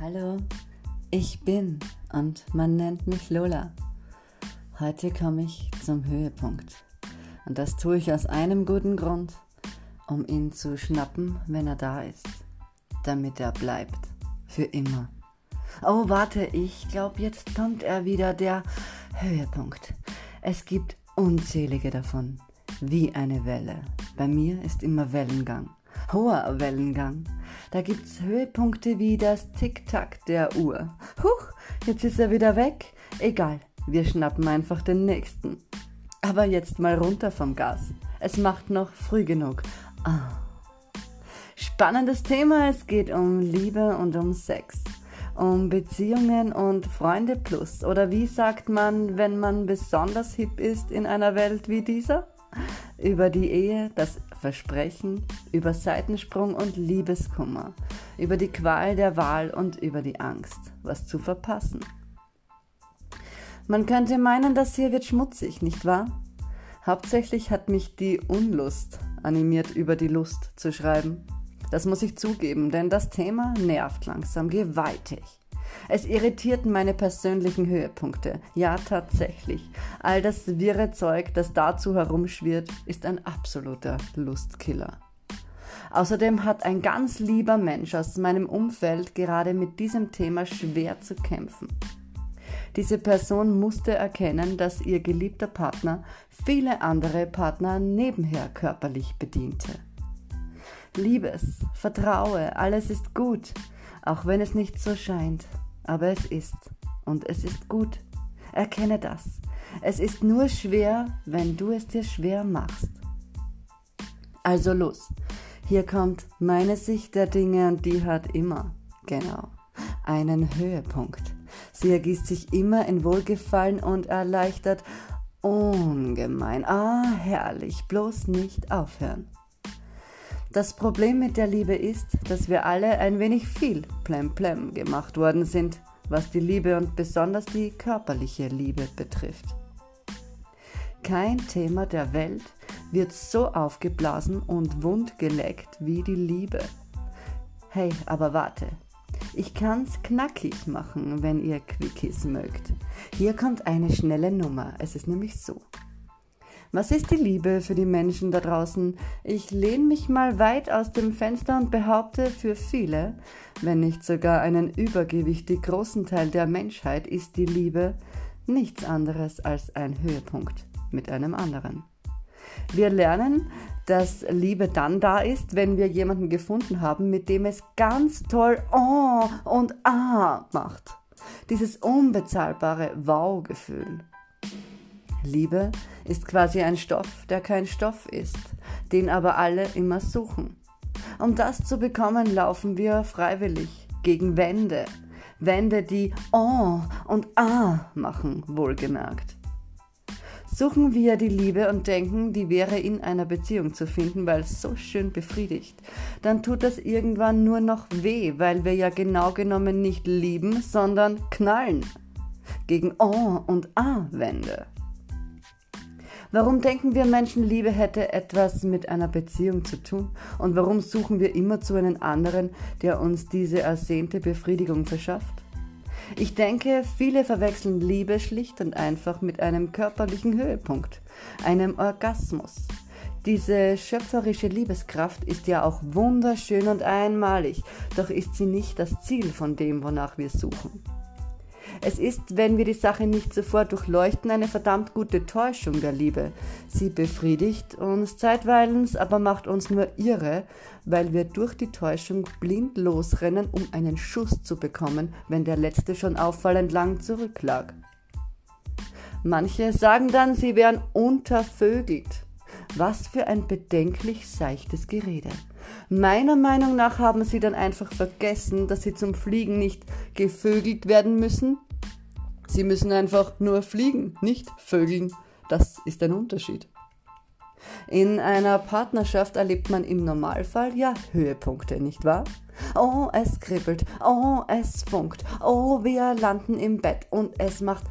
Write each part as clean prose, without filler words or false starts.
Hallo, ich bin und man nennt mich Lola. Heute komme ich zum Höhepunkt und das tue ich aus einem guten Grund, um ihn zu schnappen, wenn er da ist, damit er bleibt, für immer. Oh, warte, ich glaube, jetzt kommt er wieder, der Höhepunkt. Es gibt unzählige davon, wie eine Welle. Bei mir ist immer Wellengang, hoher Wellengang. Da gibt's Höhepunkte wie das Tick-Tack der Uhr. Huch, jetzt ist er wieder weg. Egal, wir schnappen einfach den nächsten. Aber jetzt mal runter vom Gas. Es macht noch früh genug. Spannendes Thema, es geht um Liebe und um Sex. Um Beziehungen und Freunde plus. Oder wie sagt man, wenn man besonders hip ist in einer Welt wie dieser? Über die Ehe, das Versprechen, über Seitensprung und Liebeskummer, über die Qual der Wahl und über die Angst, was zu verpassen. Man könnte meinen, das hier wird schmutzig, nicht wahr? Hauptsächlich hat mich die Unlust animiert, über die Lust zu schreiben. Das muss ich zugeben, denn das Thema nervt langsam gewaltig. Es irritiert meine persönlichen Höhepunkte. Ja, tatsächlich. All das wirre Zeug, das dazu herumschwirrt, ist ein absoluter Lustkiller. Außerdem hat ein ganz lieber Mensch aus meinem Umfeld gerade mit diesem Thema schwer zu kämpfen. Diese Person musste erkennen, dass ihr geliebter Partner viele andere Partner nebenher körperlich bediente. Liebes, vertraue, alles ist gut, auch wenn es nicht so scheint. Aber es ist. Und es ist gut. Erkenne das. Es ist nur schwer, wenn du es dir schwer machst. Also los. Hier kommt meine Sicht der Dinge und die hat immer, genau, einen Höhepunkt. Sie ergießt sich immer in Wohlgefallen und erleichtert ungemein. Herrlich, bloß nicht aufhören. Das Problem mit der Liebe ist, dass wir alle ein wenig viel Plem-Plem gemacht worden sind, was die Liebe und besonders die körperliche Liebe betrifft. Kein Thema der Welt wird so aufgeblasen und wundgeleckt wie die Liebe. Hey, aber warte, ich kann's knackig machen, wenn ihr Quickies mögt. Hier kommt eine schnelle Nummer, es ist nämlich so. Was ist die Liebe für die Menschen da draußen? Ich lehne mich mal weit aus dem Fenster und behaupte, für viele, wenn nicht sogar einen übergewichtig großen Teil der Menschheit, ist die Liebe nichts anderes als ein Höhepunkt mit einem anderen. Wir lernen, dass Liebe dann da ist, wenn wir jemanden gefunden haben, mit dem es ganz toll und macht. Dieses unbezahlbare Wow-Gefühl. Liebe ist quasi ein Stoff, der kein Stoff ist, den aber alle immer suchen. Um das zu bekommen, laufen wir freiwillig gegen Wände. Wände, die und machen, wohlgemerkt. Suchen wir die Liebe und denken, die wäre in einer Beziehung zu finden, weil es so schön befriedigt, dann tut das irgendwann nur noch weh, weil wir ja genau genommen nicht lieben, sondern knallen. Gegen und Wände. Warum denken wir Menschen, Liebe hätte etwas mit einer Beziehung zu tun? Und warum suchen wir immerzu einen anderen, der uns diese ersehnte Befriedigung verschafft? Ich denke, viele verwechseln Liebe schlicht und einfach mit einem körperlichen Höhepunkt, einem Orgasmus. Diese schöpferische Liebeskraft ist ja auch wunderschön und einmalig, doch ist sie nicht das Ziel von dem, wonach wir suchen. Es ist, wenn wir die Sache nicht sofort durchleuchten, eine verdammt gute Täuschung der Liebe. Sie befriedigt uns zeitweilig, aber macht uns nur irre, weil wir durch die Täuschung blind losrennen, um einen Schuss zu bekommen, wenn der letzte schon auffallend lang zurücklag. Manche sagen dann, sie wären untervögelt. Was für ein bedenklich seichtes Gerede. Meiner Meinung nach haben sie dann einfach vergessen, dass sie zum Fliegen nicht gevögelt werden müssen. Sie müssen einfach nur fliegen, nicht vögeln. Das ist ein Unterschied. In einer Partnerschaft erlebt man im Normalfall ja Höhepunkte, nicht wahr? Es kribbelt, es funkt, wir landen im Bett und es macht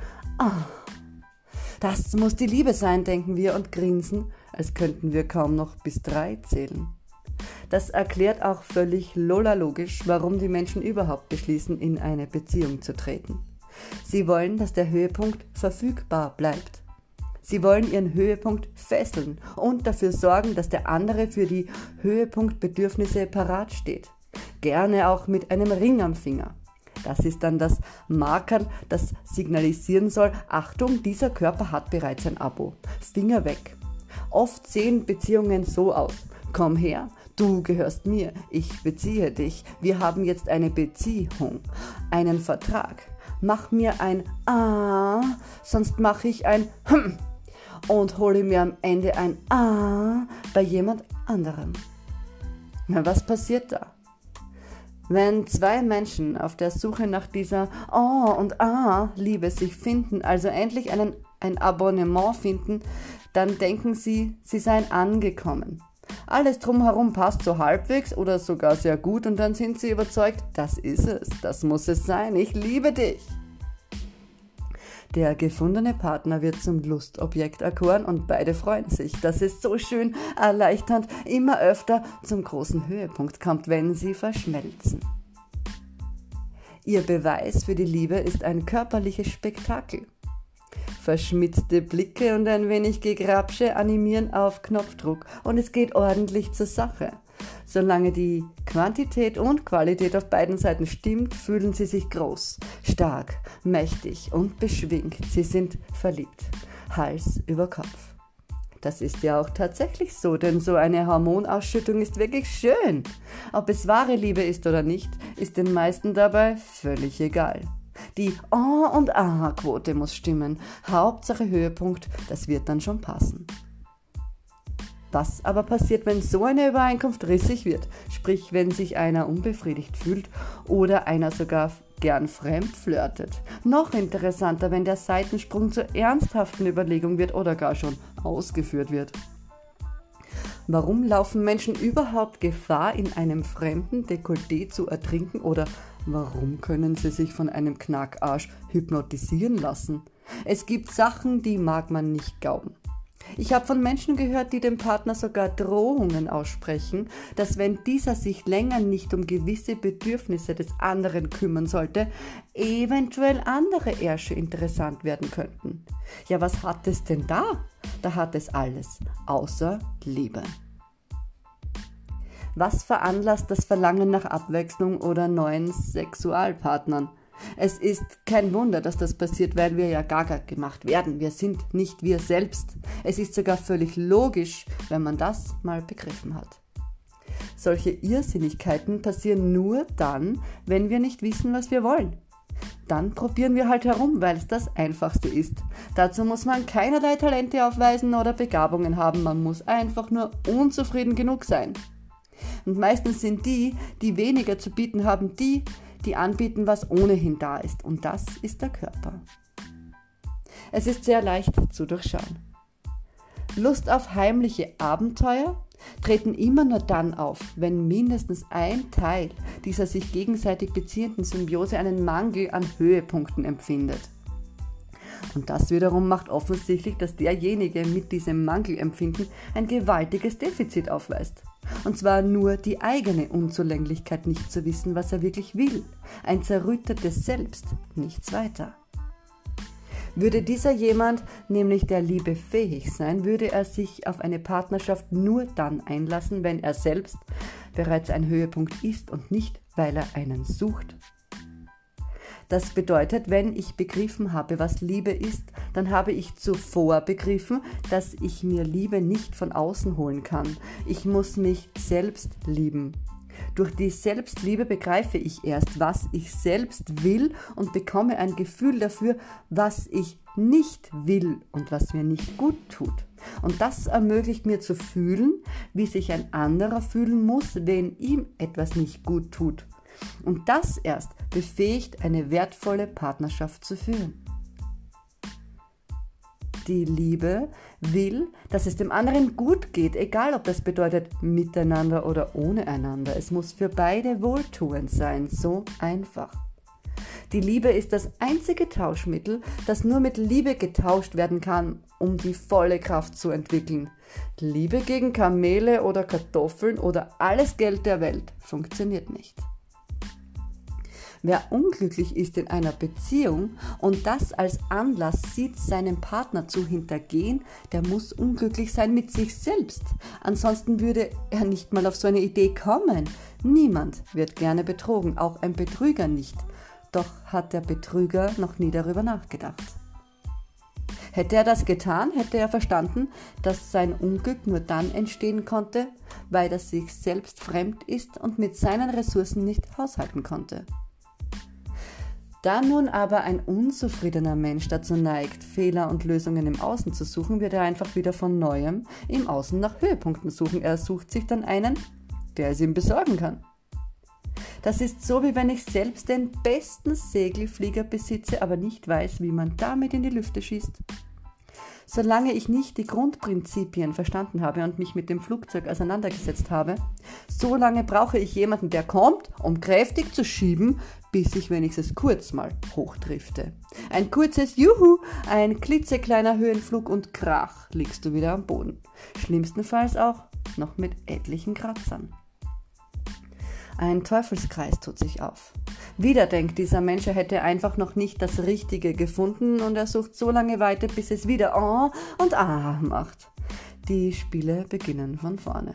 Das muss die Liebe sein, denken wir und grinsen, als könnten wir kaum noch bis 3 zählen. Das erklärt auch völlig logisch, warum die Menschen überhaupt beschließen, in eine Beziehung zu treten. Sie wollen, dass der Höhepunkt verfügbar bleibt. Sie wollen ihren Höhepunkt fesseln und dafür sorgen, dass der andere für die Höhepunktbedürfnisse parat steht. Gerne auch mit einem Ring am Finger. Das ist dann das Markerl, das signalisieren soll, Achtung, dieser Körper hat bereits ein Abo. Finger weg. Oft sehen Beziehungen so aus. Komm her, du gehörst mir, ich beziehe dich. Wir haben jetzt eine Beziehung, einen Vertrag. Mach mir ein sonst mache ich ein und hole mir am Ende ein bei jemand anderem. Na, was passiert da? Wenn zwei Menschen auf der Suche nach dieser und Liebe sich finden, also endlich ein Abonnement finden, dann denken sie, sie seien angekommen. Alles drumherum passt so halbwegs oder sogar sehr gut und dann sind sie überzeugt, das ist es, das muss es sein, ich liebe dich. Der gefundene Partner wird zum Lustobjekt erkoren und beide freuen sich, dass es so schön erleichternd immer öfter zum großen Höhepunkt kommt, wenn sie verschmelzen. Ihr Beweis für die Liebe ist ein körperliches Spektakel. Verschmitzte Blicke und ein wenig Gegrapsche animieren auf Knopfdruck und es geht ordentlich zur Sache. Solange die Quantität und Qualität auf beiden Seiten stimmt, fühlen sie sich groß, stark, mächtig und beschwingt. Sie sind verliebt, Hals über Kopf. Das ist ja auch tatsächlich so, denn so eine Hormonausschüttung ist wirklich schön. Ob es wahre Liebe ist oder nicht, ist den meisten dabei völlig egal. Die und Quote muss stimmen. Hauptsache Höhepunkt, das wird dann schon passen. Was aber passiert, wenn so eine Übereinkunft rissig wird? Sprich, wenn sich einer unbefriedigt fühlt oder einer sogar gern fremd flirtet. Noch interessanter, wenn der Seitensprung zur ernsthaften Überlegung wird oder gar schon ausgeführt wird. Warum laufen Menschen überhaupt Gefahr, in einem fremden Dekolleté zu ertrinken oder warum können sie sich von einem Knackarsch hypnotisieren lassen? Es gibt Sachen, die mag man nicht glauben. Ich habe von Menschen gehört, die dem Partner sogar Drohungen aussprechen, dass wenn dieser sich länger nicht um gewisse Bedürfnisse des anderen kümmern sollte, eventuell andere Ärsche interessant werden könnten. Ja, was hat es denn da? Da hat es alles, außer Liebe. Was veranlasst das Verlangen nach Abwechslung oder neuen Sexualpartnern? Es ist kein Wunder, dass das passiert, weil wir ja gaga gemacht werden. Wir sind nicht wir selbst. Es ist sogar völlig logisch, wenn man das mal begriffen hat. Solche Irrsinnigkeiten passieren nur dann, wenn wir nicht wissen, was wir wollen. Dann probieren wir halt herum, weil es das Einfachste ist. Dazu muss man keinerlei Talente aufweisen oder Begabungen haben. Man muss einfach nur unzufrieden genug sein. Und meistens sind die weniger zu bieten haben, die anbieten, was ohnehin da ist. Und das ist der Körper. Es ist sehr leicht zu durchschauen. Lust auf heimliche Abenteuer treten immer nur dann auf, wenn mindestens ein Teil dieser sich gegenseitig beziehenden Symbiose einen Mangel an Höhepunkten empfindet. Und das wiederum macht offensichtlich, dass derjenige mit diesem Mangelempfinden ein gewaltiges Defizit aufweist. Und zwar nur die eigene Unzulänglichkeit, nicht zu wissen, was er wirklich will. Ein zerrüttetes Selbst, nichts weiter. Würde dieser jemand nämlich der Liebe fähig sein, würde er sich auf eine Partnerschaft nur dann einlassen, wenn er selbst bereits ein Höhepunkt ist und nicht, weil er einen sucht. Das bedeutet, wenn ich begriffen habe, was Liebe ist, dann habe ich zuvor begriffen, dass ich mir Liebe nicht von außen holen kann. Ich muss mich selbst lieben. Durch die Selbstliebe begreife ich erst, was ich selbst will und bekomme ein Gefühl dafür, was ich nicht will und was mir nicht gut tut. Und das ermöglicht mir zu fühlen, wie sich ein anderer fühlen muss, wenn ihm etwas nicht gut tut. Und das erst befähigt, eine wertvolle Partnerschaft zu führen. Die Liebe will, dass es dem anderen gut geht, egal ob das bedeutet miteinander oder ohne einander. Es muss für beide wohltuend sein, so einfach. Die Liebe ist das einzige Tauschmittel, das nur mit Liebe getauscht werden kann, um die volle Kraft zu entwickeln. Liebe gegen Kamele oder Kartoffeln oder alles Geld der Welt funktioniert nicht. Wer unglücklich ist in einer Beziehung und das als Anlass sieht, seinen Partner zu hintergehen, der muss unglücklich sein mit sich selbst. Ansonsten würde er nicht mal auf so eine Idee kommen. Niemand wird gerne betrogen, auch ein Betrüger nicht. Doch hat der Betrüger noch nie darüber nachgedacht. Hätte er das getan, hätte er verstanden, dass sein Unglück nur dann entstehen konnte, weil er sich selbst fremd ist und mit seinen Ressourcen nicht haushalten konnte. Da nun aber ein unzufriedener Mensch dazu neigt, Fehler und Lösungen im Außen zu suchen, wird er einfach wieder von Neuem im Außen nach Höhepunkten suchen. Er sucht sich dann einen, der es ihm besorgen kann. Das ist so, wie wenn ich selbst den besten Segelflieger besitze, aber nicht weiß, wie man damit in die Lüfte schießt. Solange ich nicht die Grundprinzipien verstanden habe und mich mit dem Flugzeug auseinandergesetzt habe, so lange brauche ich jemanden, der kommt, um kräftig zu schieben, bis ich wenigstens kurz mal hochdrifte. Ein kurzes Juhu, ein klitzekleiner Höhenflug und krach, liegst du wieder am Boden. Schlimmstenfalls auch noch mit etlichen Kratzern. Ein Teufelskreis tut sich auf. Wieder denkt dieser Mensch, er hätte einfach noch nicht das Richtige gefunden und er sucht so lange weiter, bis es wieder und macht. Die Spiele beginnen von vorne.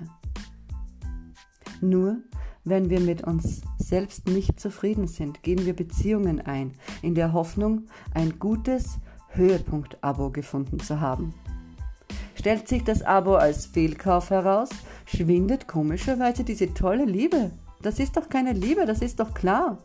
Nur wenn wir mit uns selbst nicht zufrieden sind, gehen wir Beziehungen ein, in der Hoffnung, ein gutes Höhepunkt-Abo gefunden zu haben. Stellt sich das Abo als Fehlkauf heraus, schwindet komischerweise diese tolle Liebe. Das ist doch keine Liebe, das ist doch klar.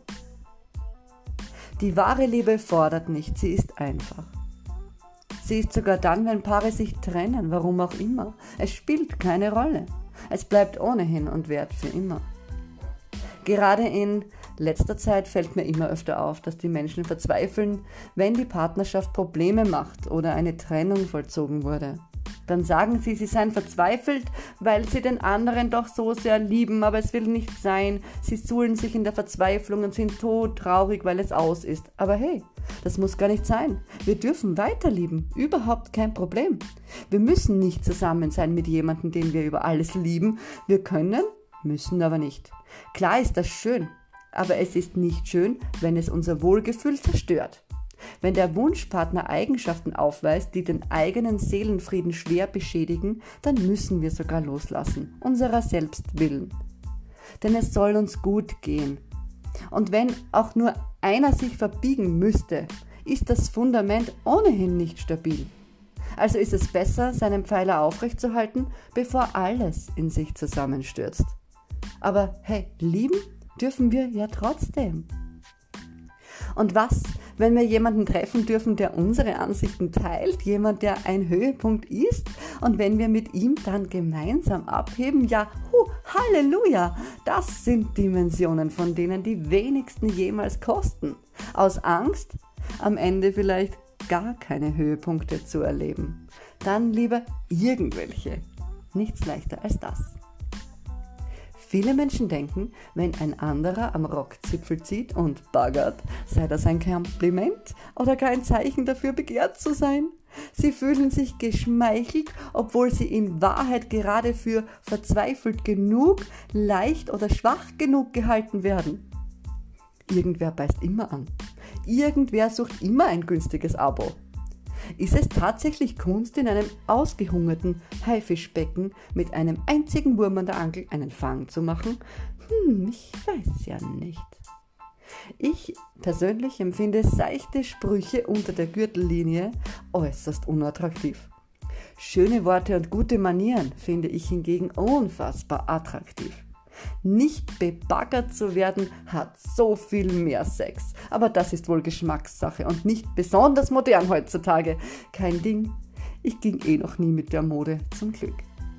Die wahre Liebe fordert nicht, sie ist einfach. Sie ist sogar dann, wenn Paare sich trennen, warum auch immer. Es spielt keine Rolle. Es bleibt ohnehin und währt für immer. Gerade in letzter Zeit fällt mir immer öfter auf, dass die Menschen verzweifeln, wenn die Partnerschaft Probleme macht oder eine Trennung vollzogen wurde. Dann sagen sie seien verzweifelt, weil sie den anderen doch so sehr lieben, aber es will nicht sein. Sie suhlen sich in der Verzweiflung und sind todtraurig, weil es aus ist. Aber hey, das muss gar nicht sein. Wir dürfen weiter lieben, überhaupt kein Problem. Wir müssen nicht zusammen sein mit jemandem, den wir über alles lieben. Wir können, müssen aber nicht. Klar ist das schön, aber es ist nicht schön, wenn es unser Wohlgefühl zerstört. Wenn der Wunschpartner Eigenschaften aufweist, die den eigenen Seelenfrieden schwer beschädigen, dann müssen wir sogar loslassen, unserer selbst willen. Denn es soll uns gut gehen. Und wenn auch nur einer sich verbiegen müsste, ist das Fundament ohnehin nicht stabil. Also ist es besser, seinen Pfeiler aufrechtzuerhalten, bevor alles in sich zusammenstürzt. Aber hey, lieben dürfen wir ja trotzdem. Und was, wenn wir jemanden treffen dürfen, der unsere Ansichten teilt, jemand, der ein Höhepunkt ist, und wenn wir mit ihm dann gemeinsam abheben, ja, Halleluja, das sind Dimensionen, von denen die wenigsten jemals kosten. Aus Angst, am Ende vielleicht gar keine Höhepunkte zu erleben. Dann lieber irgendwelche. Nichts leichter als das. Viele Menschen denken, wenn ein anderer am Rockzipfel zieht und baggert, sei das ein Kompliment oder gar ein Zeichen dafür, begehrt zu sein. Sie fühlen sich geschmeichelt, obwohl sie in Wahrheit gerade für verzweifelt genug, leicht oder schwach genug gehalten werden. Irgendwer beißt immer an. Irgendwer sucht immer ein günstiges Abo. Ist es tatsächlich Kunst, in einem ausgehungerten Haifischbecken mit einem einzigen Wurm an der Angel einen Fang zu machen? Ich weiß ja nicht. Ich persönlich empfinde seichte Sprüche unter der Gürtellinie äußerst unattraktiv. Schöne Worte und gute Manieren finde ich hingegen unfassbar attraktiv. Nicht bebaggert zu werden, hat so viel mehr Sex. Aber das ist wohl Geschmackssache und nicht besonders modern heutzutage. Kein Ding, ich ging noch nie mit der Mode, zum Glück.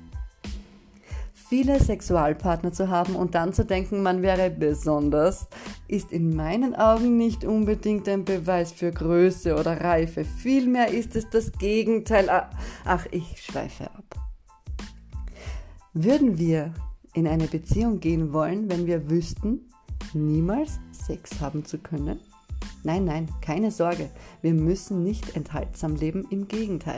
Viele Sexualpartner zu haben und dann zu denken, man wäre besonders, ist in meinen Augen nicht unbedingt ein Beweis für Größe oder Reife. Vielmehr ist es das Gegenteil. Ach, ich schweife ab. Würden wir in eine Beziehung gehen wollen, wenn wir wüssten, niemals Sex haben zu können? Nein, keine Sorge, wir müssen nicht enthaltsam leben, im Gegenteil.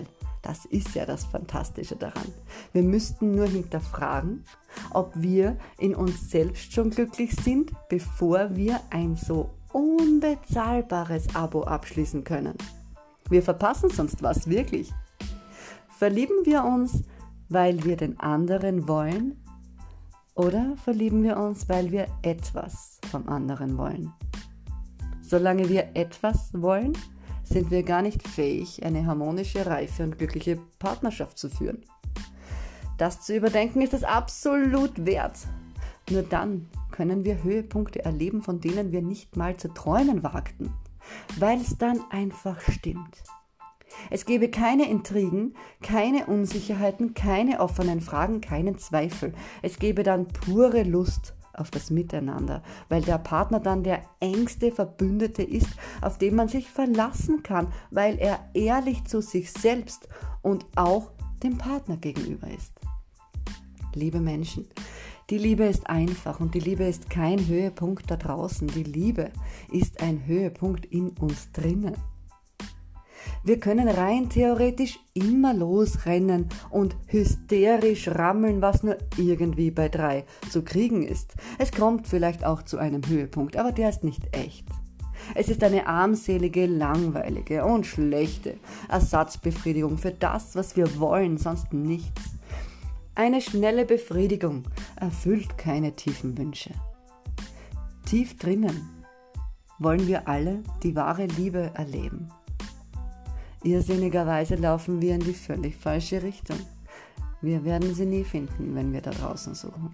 Das ist ja das Fantastische daran. Wir müssten nur hinterfragen, ob wir in uns selbst schon glücklich sind, bevor wir ein so unbezahlbares Abo abschließen können. Wir verpassen sonst was, wirklich. Verlieben wir uns, weil wir den anderen wollen? Oder verlieben wir uns, weil wir etwas vom anderen wollen? Solange wir etwas wollen, sind wir gar nicht fähig, eine harmonische, reife und glückliche Partnerschaft zu führen. Das zu überdenken ist es absolut wert. Nur dann können wir Höhepunkte erleben, von denen wir nicht mal zu träumen wagten, weil es dann einfach stimmt. Es gäbe keine Intrigen, keine Unsicherheiten, keine offenen Fragen, keinen Zweifel. Es gäbe dann pure Lust auf das Miteinander, weil der Partner dann der engste Verbündete ist, auf den man sich verlassen kann, weil er ehrlich zu sich selbst und auch dem Partner gegenüber ist. Liebe Menschen, die Liebe ist einfach und die Liebe ist kein Höhepunkt da draußen. Die Liebe ist ein Höhepunkt in uns drinnen. Wir können rein theoretisch immer losrennen und hysterisch rammeln, was nur irgendwie bei 3 zu kriegen ist. Es kommt vielleicht auch zu einem Höhepunkt, aber der ist nicht echt. Es ist eine armselige, langweilige und schlechte Ersatzbefriedigung für das, was wir wollen, sonst nichts. Eine schnelle Befriedigung erfüllt keine tiefen Wünsche. Tief drinnen wollen wir alle die wahre Liebe erleben. Irrsinnigerweise laufen wir in die völlig falsche Richtung. Wir werden sie nie finden, wenn wir da draußen suchen.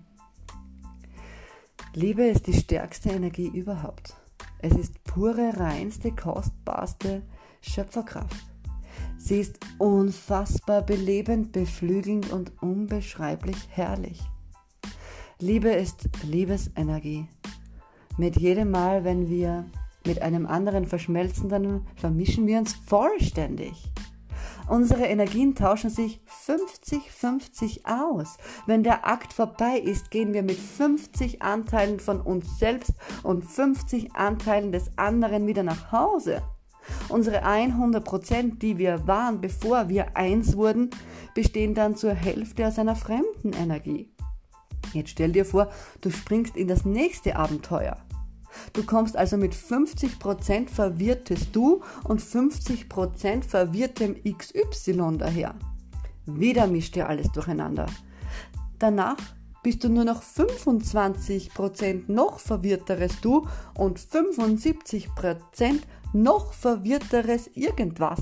Liebe ist die stärkste Energie überhaupt. Es ist pure, reinste, kostbarste Schöpferkraft. Sie ist unfassbar belebend, beflügelnd und unbeschreiblich herrlich. Liebe ist Liebesenergie. Mit jedem Mal, wenn wir mit einem anderen verschmelzen, dann vermischen wir uns vollständig. Unsere Energien tauschen sich 50-50 aus. Wenn der Akt vorbei ist, gehen wir mit 50 Anteilen von uns selbst und 50 Anteilen des anderen wieder nach Hause. Unsere 100%, die wir waren, bevor wir eins wurden, bestehen dann zur Hälfte aus einer fremden Energie. Jetzt stell dir vor, du springst in das nächste Abenteuer. Du kommst also mit 50% verwirrtes Du und 50% verwirrtem XY daher. Wieder mischt dir alles durcheinander. Danach bist du nur noch 25% noch verwirrteres Du und 75% noch verwirrteres irgendwas.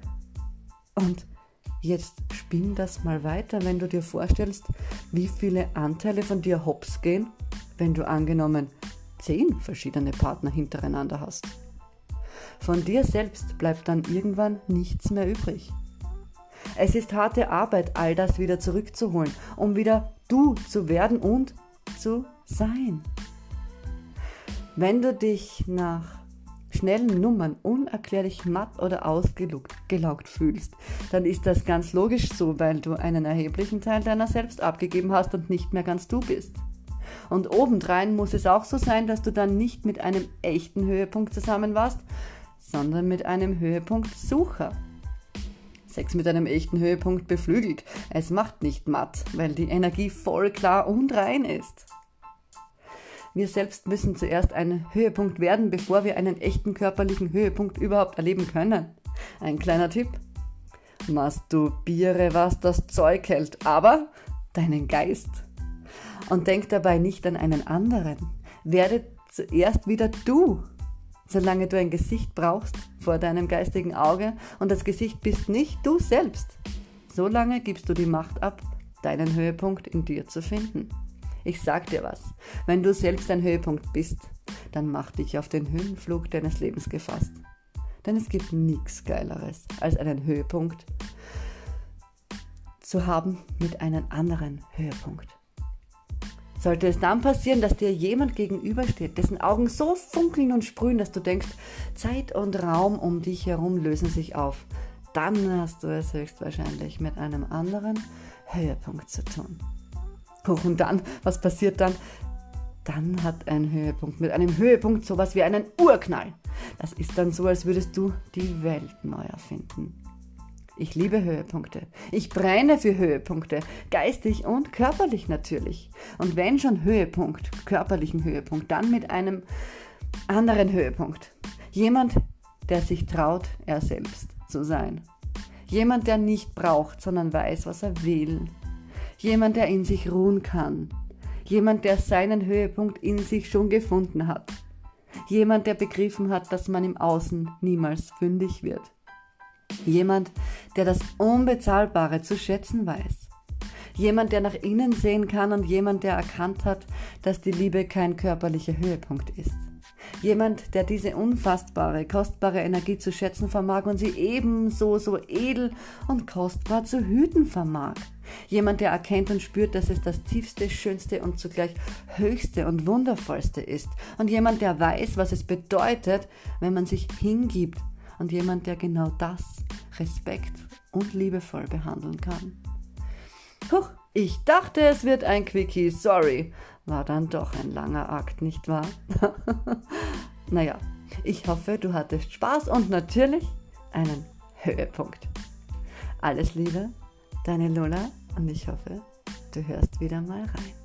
Und jetzt spinn das mal weiter, wenn du dir vorstellst, wie viele Anteile von dir hops gehen, wenn du angenommen 10 verschiedene Partner hintereinander hast. Von dir selbst bleibt dann irgendwann nichts mehr übrig. Es ist harte Arbeit, all das wieder zurückzuholen, um wieder du zu werden und zu sein. Wenn du dich nach schnellen Nummern unerklärlich matt oder ausgelaugt fühlst, dann ist das ganz logisch so, weil du einen erheblichen Teil deiner selbst abgegeben hast und nicht mehr ganz du bist. Und obendrein muss es auch so sein, dass du dann nicht mit einem echten Höhepunkt zusammen warst, sondern mit einem Höhepunktsucher. Sex mit einem echten Höhepunkt beflügelt. Es macht nicht matt, weil die Energie voll klar und rein ist. Wir selbst müssen zuerst ein Höhepunkt werden, bevor wir einen echten körperlichen Höhepunkt überhaupt erleben können. Ein kleiner Tipp: Masturbiere, was das Zeug hält, aber deinen Geist. Und denk dabei nicht an einen anderen. Werde zuerst wieder du. Solange du ein Gesicht brauchst vor deinem geistigen Auge und das Gesicht bist nicht du selbst, solange gibst du die Macht ab, deinen Höhepunkt in dir zu finden. Ich sag dir was, wenn du selbst ein Höhepunkt bist, dann mach dich auf den Höhenflug deines Lebens gefasst. Denn es gibt nichts Geileres, als einen Höhepunkt zu haben mit einem anderen Höhepunkt. Sollte es dann passieren, dass dir jemand gegenübersteht, dessen Augen so funkeln und sprühen, dass du denkst, Zeit und Raum um dich herum lösen sich auf, dann hast du es höchstwahrscheinlich mit einem anderen Höhepunkt zu tun. Und dann, was passiert dann? Dann hat ein Höhepunkt mit einem Höhepunkt sowas wie einen Urknall. Das ist dann so, als würdest du die Welt neu erfinden. Ich liebe Höhepunkte. Ich brenne für Höhepunkte, geistig und körperlich natürlich. Und wenn schon Höhepunkt, körperlichen Höhepunkt, dann mit einem anderen Höhepunkt. Jemand, der sich traut, er selbst zu sein. Jemand, der nicht braucht, sondern weiß, was er will. Jemand, der in sich ruhen kann. Jemand, der seinen Höhepunkt in sich schon gefunden hat. Jemand, der begriffen hat, dass man im Außen niemals fündig wird. Jemand, der das Unbezahlbare zu schätzen weiß. Jemand, der nach innen sehen kann und jemand, der erkannt hat, dass die Liebe kein körperlicher Höhepunkt ist. Jemand, der diese unfassbare, kostbare Energie zu schätzen vermag und sie ebenso so edel und kostbar zu hüten vermag. Jemand, der erkennt und spürt, dass es das tiefste, schönste und zugleich höchste und wundervollste ist. Und jemand, der weiß, was es bedeutet, wenn man sich hingibt. Und jemand, der genau das respekt und liebevoll behandeln kann. Huch, ich dachte, es wird ein Quickie, sorry. War dann doch ein langer Akt, nicht wahr? Naja, ich hoffe, du hattest Spaß und natürlich einen Höhepunkt. Alles Liebe, deine Lola und ich hoffe, du hörst wieder mal rein.